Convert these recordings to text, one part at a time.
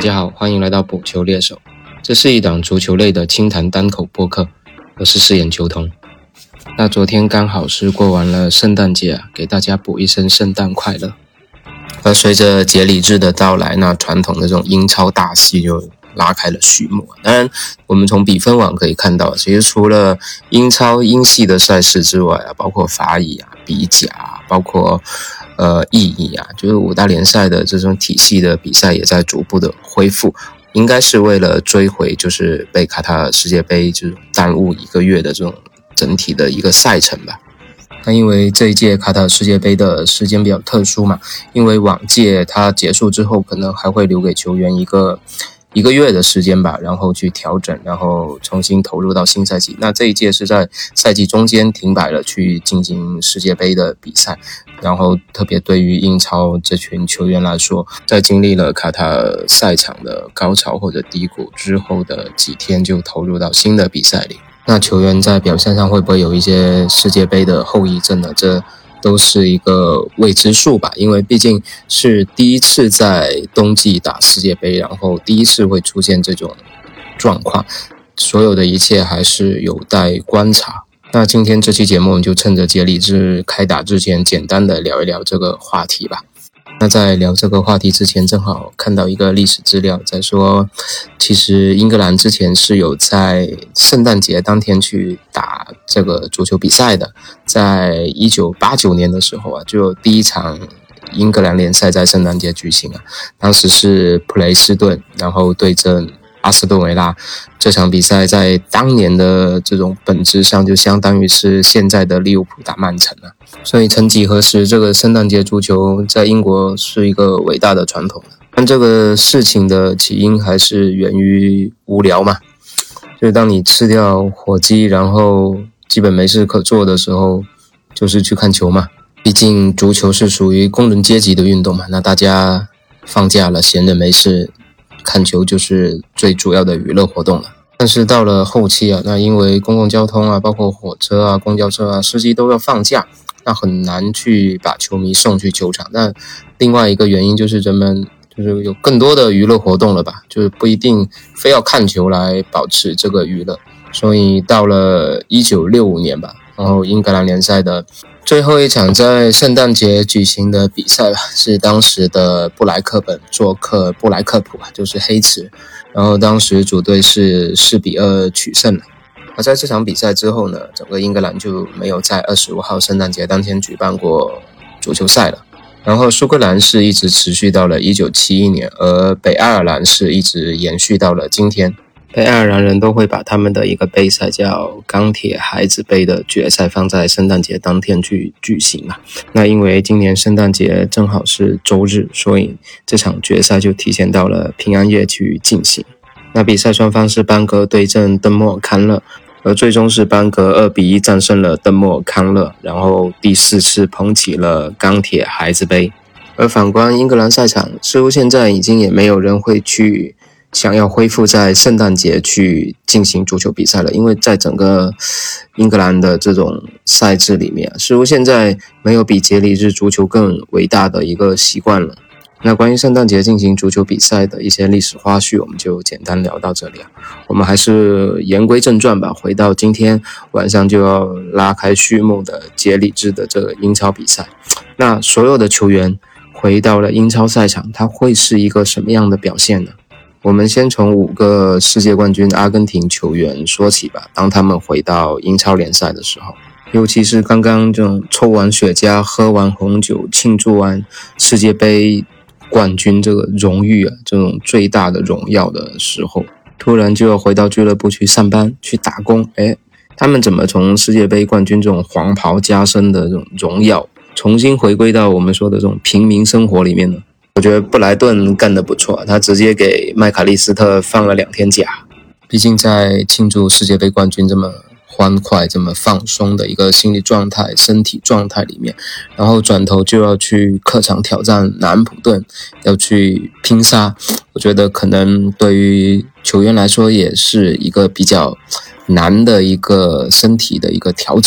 家好，欢迎来到捕球猎手，这是一档足球类的轻谈单口播客，我是饰演球童。那昨天刚好是过完了圣诞节给大家补一声圣诞快乐。而随着节礼日的到来，那传统的这种英超大戏就拉开了序幕。当然我们从比分网可以看到，其实除了英超英系的赛事之外包括法乙比甲包括意乙就是五大联赛的这种体系的比赛也在逐步的恢复，应该是为了追回就是被卡塔尔世界杯这种耽误1个月的这种整体的一个赛程吧。那因为这一届卡塔尔世界杯的时间比较特殊嘛，因为往届它结束之后可能还会留给球员一个月的时间吧，然后去调整，然后重新投入到新赛季。那这一届是在赛季中间停摆了去进行世界杯的比赛，然后特别对于英超这群球员来说，在经历了卡塔尔赛场的高潮或者低谷之后的几天就投入到新的比赛里。那球员在表现上会不会有一些世界杯的后遗症呢？这都是一个未知数吧，因为毕竟是第一次在冬季打世界杯，然后第一次会出现这种状况，所有的一切还是有待观察。那今天这期节目我们就趁着节礼日开打之前简单的聊一聊这个话题吧。那在聊这个话题之前，正好看到一个历史资料在说，其实英格兰之前是有在圣诞节当天去打这个足球比赛的。在1989年的时候就有第一场英格兰联赛在圣诞节举行当时是普雷斯顿然后对阵阿斯顿维拉。这场比赛在当年的这种本质上就相当于是现在的利物浦打曼城所以曾几何时这个圣诞节足球在英国是一个伟大的传统。但这个事情的起因还是源于无聊嘛，就是当你吃掉火鸡然后基本没事可做的时候，就是去看球嘛。毕竟足球是属于工人阶级的运动嘛，那大家放假了闲着没事看球就是最主要的娱乐活动了。但是到了后期那因为公共交通包括火车公交车司机都要放假，那很难去把球迷送去球场。那另外一个原因就是人们就是有更多的娱乐活动了吧，就是不一定非要看球来保持这个娱乐。所以到了1965年吧，然后英格兰联赛的最后一场在圣诞节举行的比赛是当时的布莱克本做客布莱克普就是黑池，然后当时主队是4-2取胜了。而在这场比赛之后呢，整个英格兰就没有在25号圣诞节当天举办过足球赛了。然后苏格兰是一直持续到了1971年，而北爱尔兰是一直延续到了今天。北爱尔兰人都会把他们的一个杯赛叫钢铁孩子杯的决赛放在圣诞节当天去举行那因为今年圣诞节正好是周日，所以这场决赛就提前到了平安夜去进行。那比赛双方是班戈对阵邓莫尔康勒，而最终是班戈2-1战胜了邓莫尔康勒，然后第4次捧起了钢铁孩子杯。而反观英格兰赛场，似乎现在已经也没有人会去想要恢复在圣诞节去进行足球比赛了，因为在整个英格兰的这种赛制里面似乎现在没有比节礼日足球更伟大的一个习惯了。那关于圣诞节进行足球比赛的一些历史花絮我们就简单聊到这里我们还是言归正传吧，回到今天晚上就要拉开序幕的节礼日的这个英超比赛。那所有的球员回到了英超赛场，它会是一个什么样的表现呢？我们先从5个世界冠军阿根廷球员说起吧。当他们回到英超联赛的时候，尤其是刚刚这种抽完雪茄喝完红酒庆祝完世界杯冠军这个荣誉这种最大的荣耀的时候，突然就要回到俱乐部去上班去打工他们怎么从世界杯冠军这种黄袍加身的这种荣耀重新回归到我们说的这种平民生活里面呢？我觉得布莱顿干得不错他直接给麦卡利斯特放了2天假。毕竟在庆祝世界杯冠军这么欢快这么放松的一个心理状态身体状态里面，然后转头就要去客场挑战南普顿，要去拼杀，我觉得可能对于球员来说也是一个比较难的一个身体的一个调整吧。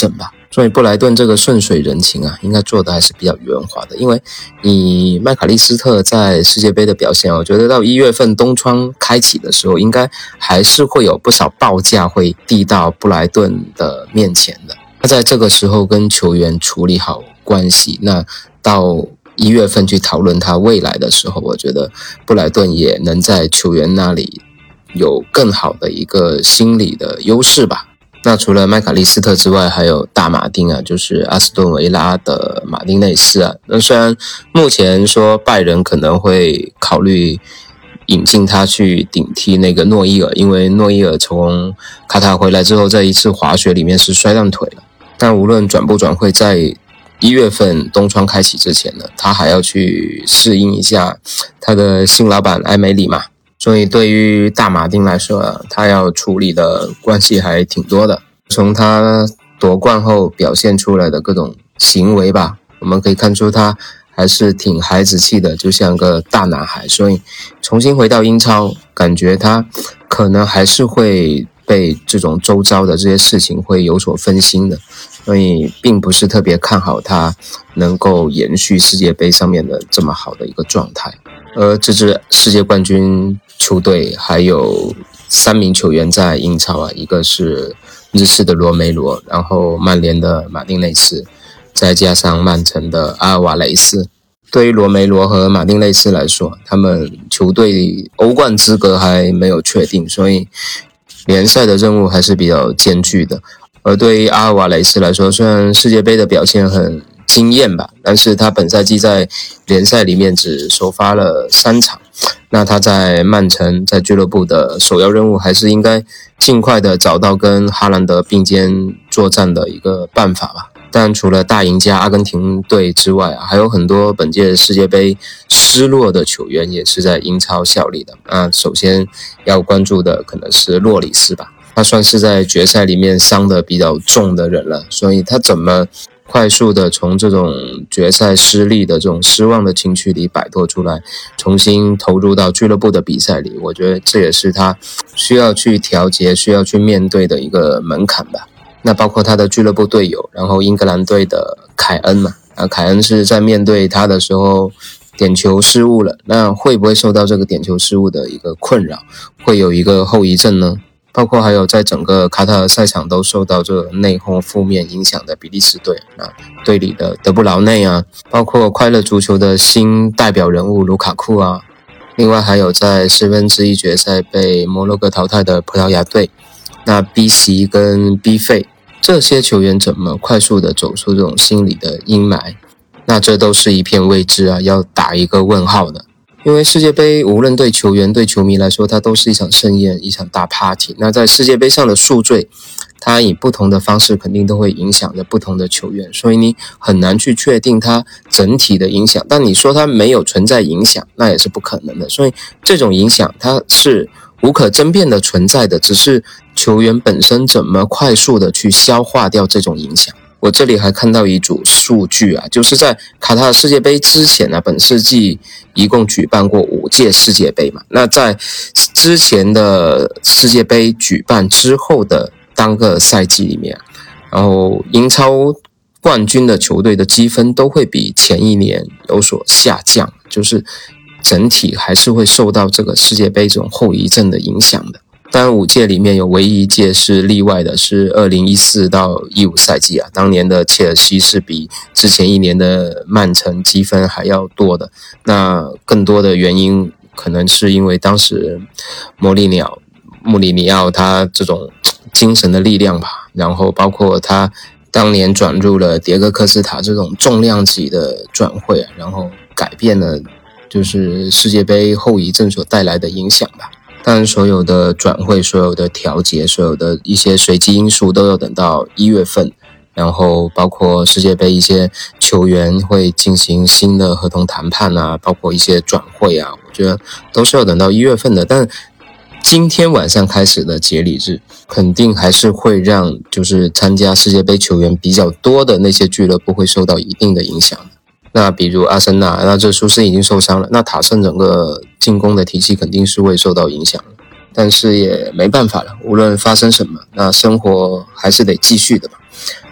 所以布莱顿这个顺水人情啊，应该做的还是比较圆滑的。因为你麦卡利斯特在世界杯的表现，我觉得到1月份冬窗开启的时候，应该还是会有不少报价会递到布莱顿的面前的。那在这个时候跟球员处理好关系，那到1月份去讨论他未来的时候，我觉得布莱顿也能在球员那里有更好的一个心理的优势吧。那除了麦卡利斯特之外，还有大马丁啊，就是阿斯顿维拉的马丁内斯啊。那虽然目前说拜仁可能会考虑引进他去顶替那个诺伊尔，因为诺伊尔从卡塔尔回来之后，在一次滑雪里面是摔断腿了。但无论转不转会，在1月份冬窗开启之前呢，他还要去适应一下他的新老板埃梅里嘛。所以对于大马丁来说，他要处理的关系还挺多的。从他夺冠后表现出来的各种行为吧，我们可以看出他还是挺孩子气的，就像个大男孩。所以重新回到英超，感觉他可能还是会被这种周遭的这些事情会有所分心的，所以并不是特别看好他能够延续世界杯上面的这么好的一个状态。而这支世界冠军球队还有3名球员在英超啊，一个是日式的罗梅罗，然后曼联的马丁内斯，再加上曼城的阿尔瓦雷斯。对于罗梅罗和马丁内斯来说，他们球队欧冠资格还没有确定，所以联赛的任务还是比较艰巨的。而对于阿尔瓦雷斯来说，虽然世界杯的表现很惊艳吧，但是他本赛季在联赛里面只首发了3场。那他在曼城在俱乐部的首要任务还是应该尽快的找到跟哈兰德并肩作战的一个办法吧。但除了大赢家阿根廷队之外啊，还有很多本届世界杯失落的球员也是在英超效力的。那首先要关注的可能是洛里斯吧，他算是在决赛里面伤得比较重的人了，所以他怎么快速的从这种决赛失利的这种失望的情绪里摆脱出来，重新投入到俱乐部的比赛里，我觉得这也是他需要去调节、需要去面对的一个门槛吧。那包括他的俱乐部队友，然后英格兰队的凯恩嘛，凯恩是在面对他的时候点球失误了，那会不会受到这个点球失误的一个困扰，会有一个后遗症呢？包括还有在整个卡塔尔赛场都受到这个内讧负面影响的比利时队啊，队里的德布劳内啊，包括快乐足球的新代表人物卢卡库啊，另外还有在1/4决赛被摩洛哥淘汰的葡萄牙队，那 B 席跟 B 费这些球员怎么快速的走出这种心理的阴霾，那这都是一片未知啊，要打一个问号的。因为世界杯无论对球员对球迷来说，它都是一场盛宴，一场大 party。那在世界杯上的宿醉，它以不同的方式肯定都会影响着不同的球员，所以你很难去确定它整体的影响。但你说它没有存在影响，那也是不可能的。所以这种影响它是无可争辩的存在的，只是球员本身怎么快速的去消化掉这种影响。我这里还看到一组数据啊，就是在卡塔尔世界杯之前啊，本世纪一共举办过5届世界杯嘛。那在之前的世界杯举办之后的当个赛季里面，然后英超冠军的球队的积分都会比前一年有所下降，就是整体还是会受到这个世界杯这种后遗症的影响的。当然5届里面有唯一一届是例外的，是2014到15赛季啊，当年的切尔西是比之前一年的曼城积分还要多的。那更多的原因可能是因为当时穆里尼奥他这种精神的力量吧，然后包括他当年转入了迭戈科斯塔这种重量级的转会啊，然后改变了就是世界杯后遗症所带来的影响吧。当然所有的转会、所有的调节、所有的一些随机因素都要等到1月份，然后包括世界杯一些球员会进行新的合同谈判啊，包括一些转会啊，我觉得都是要等到1月份的。但今天晚上开始的节礼日肯定还是会让就是参加世界杯球员比较多的那些俱乐部会受到一定的影响。那比如阿森纳，那这苏斯已经受伤了，那塔森整个进攻的体系肯定是会受到影响的，但是也没办法了，无论发生什么，那生活还是得继续的嘛。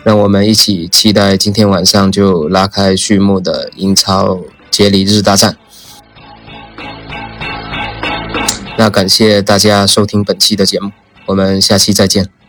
让我们一起期待今天晚上就拉开序幕的英超杰里日大战。那感谢大家收听本期的节目，我们下期再见。